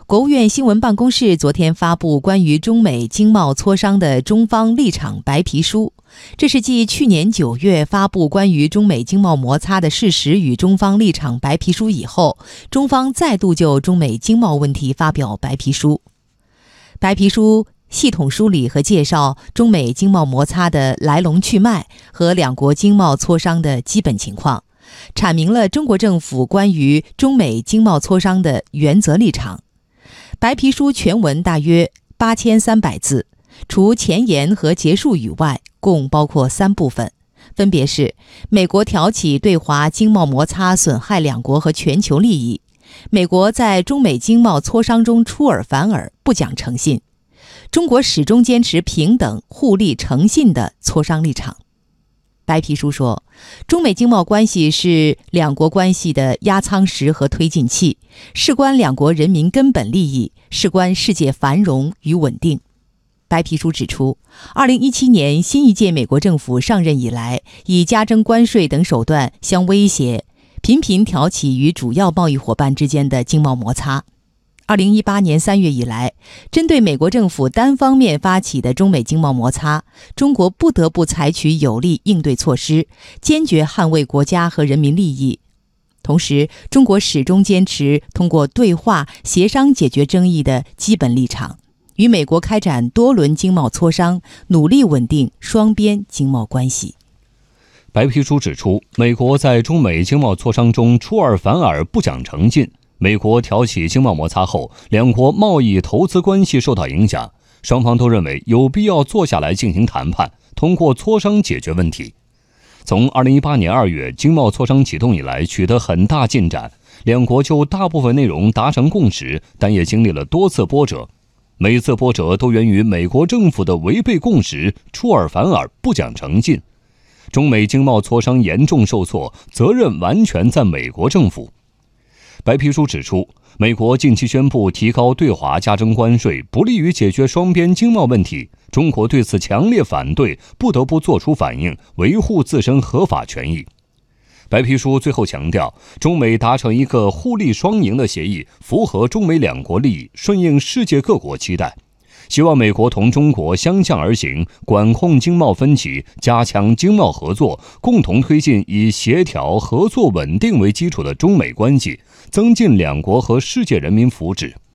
国务院新闻办公室昨天发布关于中美经贸磋商的中方立场白皮书，这是继去年9月发布关于中美经贸摩擦的事实与中方立场白皮书以后，中方再度就中美经贸问题发表白皮书。白皮书系统梳理和介绍中美经贸摩擦的来龙去脉和两国经贸磋商的基本情况，阐明了中国政府关于中美经贸磋商的原则立场。白皮书全文大约8300字，除前言和结束语外，共包括3部分，分别是美国挑起对华经贸摩擦损害两国和全球利益，美国在中美经贸磋商中出尔反尔，不讲诚信，中国始终坚持平等、互利、诚信的磋商立场。白皮书说，中美经贸关系是两国关系的压舱石和推进器，事关两国人民根本利益，事关世界繁荣与稳定。白皮书指出，2017年新一届美国政府上任以来，以加征关税等手段相威胁，频频挑起与主要贸易伙伴之间的经贸摩擦。2018年3月以来，针对美国政府单方面发起的中美经贸摩擦，中国不得不采取有力应对措施，坚决捍卫国家和人民利益。同时，中国始终坚持通过对话协商解决争议的基本立场，与美国开展多轮经贸磋商，努力稳定双边经贸关系。 白皮书指出，美国在中美经贸磋商中出尔反尔，不讲诚信。美国挑起经贸摩擦后，两国贸易投资关系受到影响，双方都认为有必要坐下来进行谈判，通过磋商解决问题。从2018年2月经贸磋商启动以来，取得很大进展，两国就大部分内容达成共识，但也经历了多次波折。每次波折都源于美国政府的违背共识、出尔反尔、不讲诚信。中美经贸磋商严重受挫，责任完全在美国政府。白皮书指出，美国近期宣布提高对华加征关税，不利于解决双边经贸问题，中国对此强烈反对，不得不做出反应，维护自身合法权益。白皮书最后强调，中美达成一个互利双赢的协议，符合中美两国利益，顺应世界各国期待。希望美国同中国相向而行，管控经贸分歧，加强经贸合作，共同推进以协调、合作、稳定为基础的中美关系，增进两国和世界人民福祉。